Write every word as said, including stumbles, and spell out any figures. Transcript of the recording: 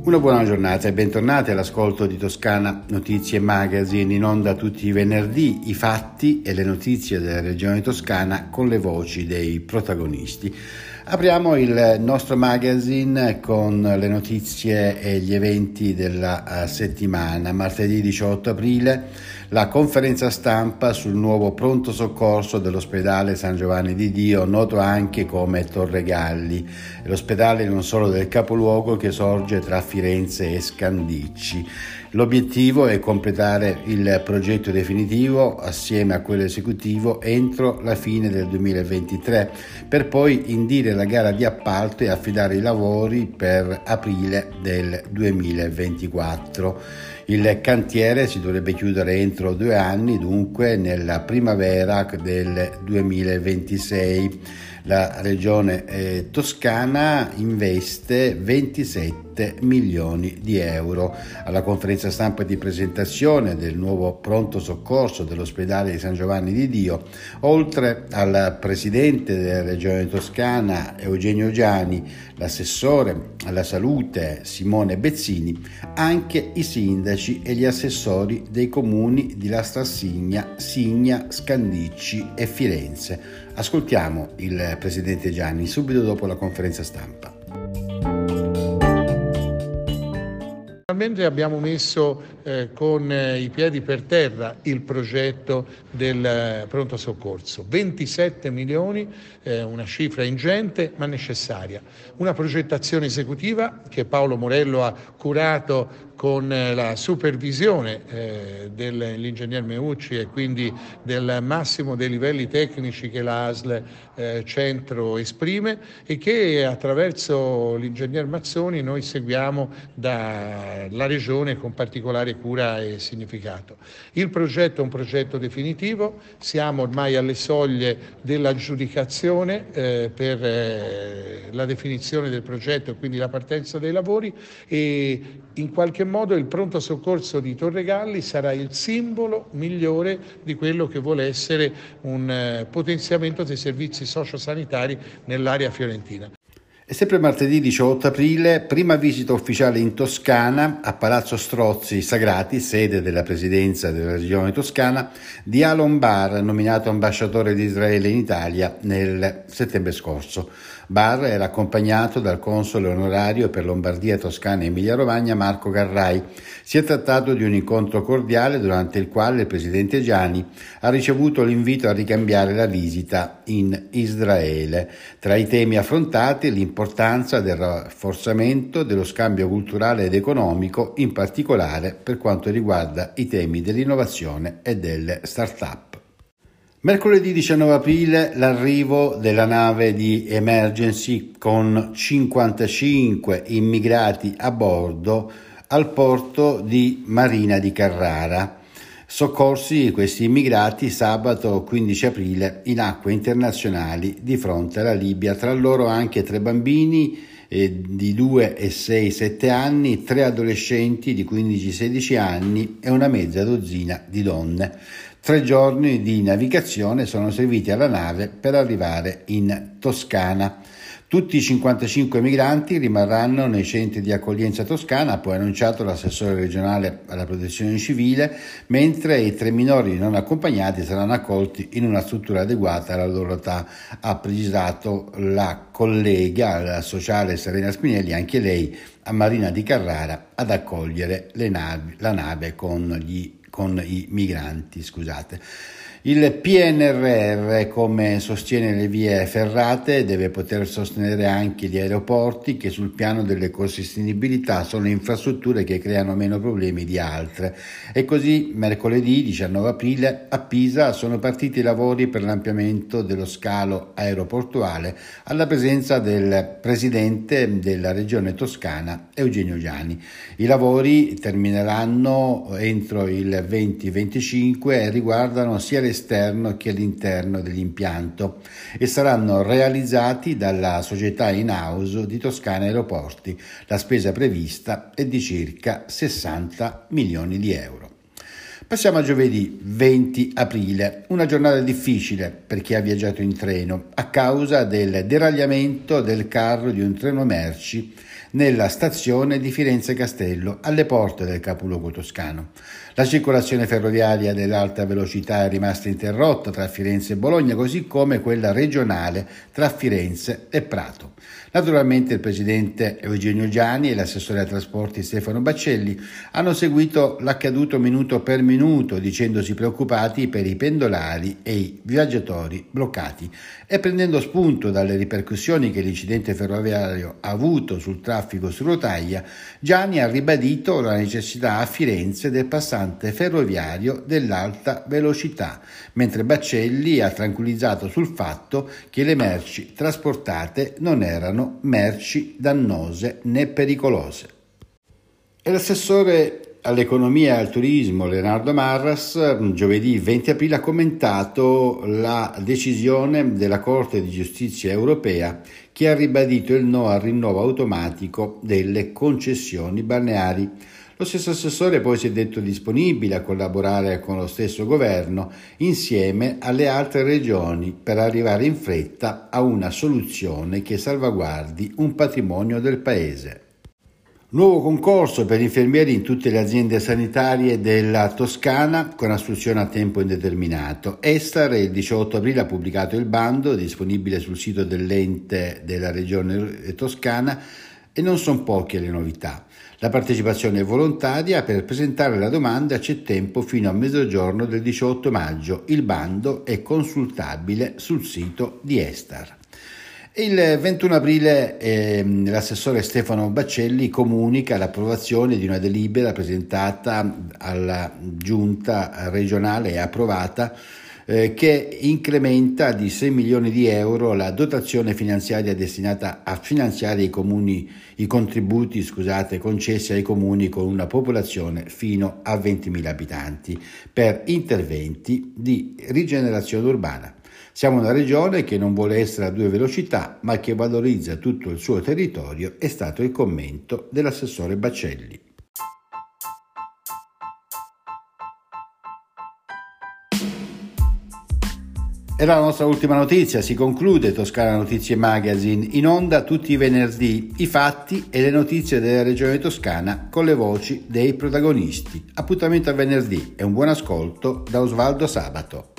Una buona giornata e bentornati all'ascolto di Toscana Notizie Magazine, in onda tutti i venerdì, i fatti e le notizie della regione toscana con le voci dei protagonisti. Apriamo il nostro magazine con le notizie e gli eventi della settimana. Martedì diciotto aprile la conferenza stampa sul nuovo pronto soccorso dell'ospedale San Giovanni di Dio, noto anche come Torregalli, l'ospedale non solo del capoluogo che sorge tra Firenze e Scandicci. L'obiettivo è completare il progetto definitivo assieme a quello esecutivo entro la fine del duemilaventitré, per poi indire la gara di appalto e affidare i lavori per aprile del duemilaventiquattro. Il cantiere si dovrebbe chiudere entro due anni, dunque nella primavera del duemilaventisei. La regione eh, toscana investe ventisette milioni di euro. Alla conferenza stampa di presentazione del nuovo pronto soccorso dell'ospedale di San Giovanni di Dio, oltre al presidente della regione toscana Eugenio Giani, l'assessore alla salute Simone Bezzini, anche i sindaci e gli assessori dei comuni di Lastassigna, Signa, Scandicci e Firenze. Ascoltiamo il presidente Gianni subito dopo la conferenza stampa. Finalmente abbiamo messo eh, con eh, i piedi per terra il progetto del eh, pronto soccorso. ventisette milioni, eh, una cifra ingente ma necessaria. Una progettazione esecutiva che Paolo Morello ha curato con eh, la supervisione eh, dell'ingegner Meucci e quindi del massimo dei livelli tecnici che la A S L eh, Centro esprime, e che attraverso l'ingegner Mazzoni noi seguiamo dalla regione con particolare cura e significato. Il progetto è un progetto definitivo, siamo ormai alle soglie dell'aggiudicazione eh, per eh, la definizione del progetto e quindi la partenza dei lavori, e in qualche modo il pronto soccorso di Torregalli sarà il simbolo migliore di quello che vuole essere un eh, potenziamento dei servizi sociosanitari nell'area fiorentina. E sempre martedì diciotto aprile, prima visita ufficiale in Toscana a Palazzo Strozzi Sagrati, sede della presidenza della regione toscana, di Alon Bar, nominato ambasciatore di Israele in Italia nel settembre scorso. Bar era accompagnato dal console onorario per Lombardia, Toscana e Emilia-Romagna Marco Garrai. Si è trattato di un incontro cordiale durante il quale il presidente Gianni ha ricevuto l'invito a ricambiare la visita in Israele. Tra i temi affrontati l'importanza del rafforzamento dello scambio culturale ed economico, in particolare per quanto riguarda i temi dell'innovazione e delle start-up. Mercoledì diciannove aprile l'arrivo della nave di Emergency con cinquantacinque immigrati a bordo al porto di Marina di Carrara. Soccorsi questi immigrati sabato quindici aprile in acque internazionali di fronte alla Libia, tra loro anche tre bambini eh, di due e sei sette anni, tre adolescenti di quindici sedici anni e una mezza dozzina di donne. Tre giorni di navigazione sono serviti alla nave per arrivare in Toscana. Tutti i cinquantacinque migranti rimarranno nei centri di accoglienza toscana, ha poi annunciato l'assessore regionale alla protezione civile, mentre i tre minori non accompagnati saranno accolti in una struttura adeguata alla loro età, ha precisato la collega, la sociale Serena Spinelli, anche lei a Marina di Carrara ad accogliere le navi, la nave con gli con i migranti, scusate. Il P N R R, come sostiene le vie ferrate, deve poter sostenere anche gli aeroporti, che sul piano dell'ecosostenibilità sono infrastrutture che creano meno problemi di altre. E così mercoledì diciannove aprile a Pisa sono partiti i lavori per l'ampliamento dello scalo aeroportuale alla presenza del presidente della regione toscana Eugenio Giani. I lavori termineranno entro il venti venticinque e riguardano sia le all'esterno che all'interno dell'impianto e saranno realizzati dalla società in-house di Toscana Aeroporti. La spesa prevista è di circa sessanta milioni di euro. Passiamo a giovedì venti aprile, una giornata difficile per chi ha viaggiato in treno a causa del deragliamento del carro di un treno merci nella stazione di Firenze Castello, alle porte del capoluogo toscano. La circolazione ferroviaria dell'alta velocità è rimasta interrotta tra Firenze e Bologna, così come quella regionale tra Firenze e Prato. Naturalmente il presidente Eugenio Giani e l'assessore ai trasporti Stefano Baccelli hanno seguito l'accaduto minuto per minuto, dicendosi preoccupati per i pendolari e i viaggiatori bloccati, e prendendo spunto dalle ripercussioni che l'incidente ferroviario ha avuto sul traffico su rotaia, Giani ha ribadito la necessità a Firenze del passante ferroviario dell'alta velocità, mentre Baccelli ha tranquillizzato sul fatto che le merci trasportate non erano merci dannose né pericolose. E l'assessore all'economia e al turismo Leonardo Marras giovedì venti aprile ha commentato la decisione della Corte di Giustizia europea che ha ribadito il no al rinnovo automatico delle concessioni balneari. Lo stesso assessore poi si è detto disponibile a collaborare con lo stesso governo insieme alle altre regioni per arrivare in fretta a una soluzione che salvaguardi un patrimonio del paese. Nuovo concorso per infermieri in tutte le aziende sanitarie della Toscana con assunzione a tempo indeterminato. Estar il diciotto aprile ha pubblicato il bando disponibile sul sito dell'ente della regione toscana e non sono poche le novità. La partecipazione è volontaria, per presentare la domanda c'è tempo fino a mezzogiorno del diciotto maggio. Il bando è consultabile sul sito di Estar. Il ventuno aprile eh, l'assessore Stefano Baccelli comunica l'approvazione di una delibera presentata alla giunta regionale e approvata eh, che incrementa di sei milioni di euro la dotazione finanziaria destinata a finanziare i comuni, i contributi scusate, concessi ai comuni con una popolazione fino a ventimila abitanti per interventi di rigenerazione urbana. Siamo una regione che non vuole essere a due velocità, ma che valorizza tutto il suo territorio, è stato il commento dell'assessore Baccelli. Era la nostra ultima notizia, si conclude Toscana Notizie Magazine, in onda tutti i venerdì, i fatti e le notizie della regione toscana con le voci dei protagonisti. Appuntamento a venerdì e un buon ascolto da Osvaldo Sabato.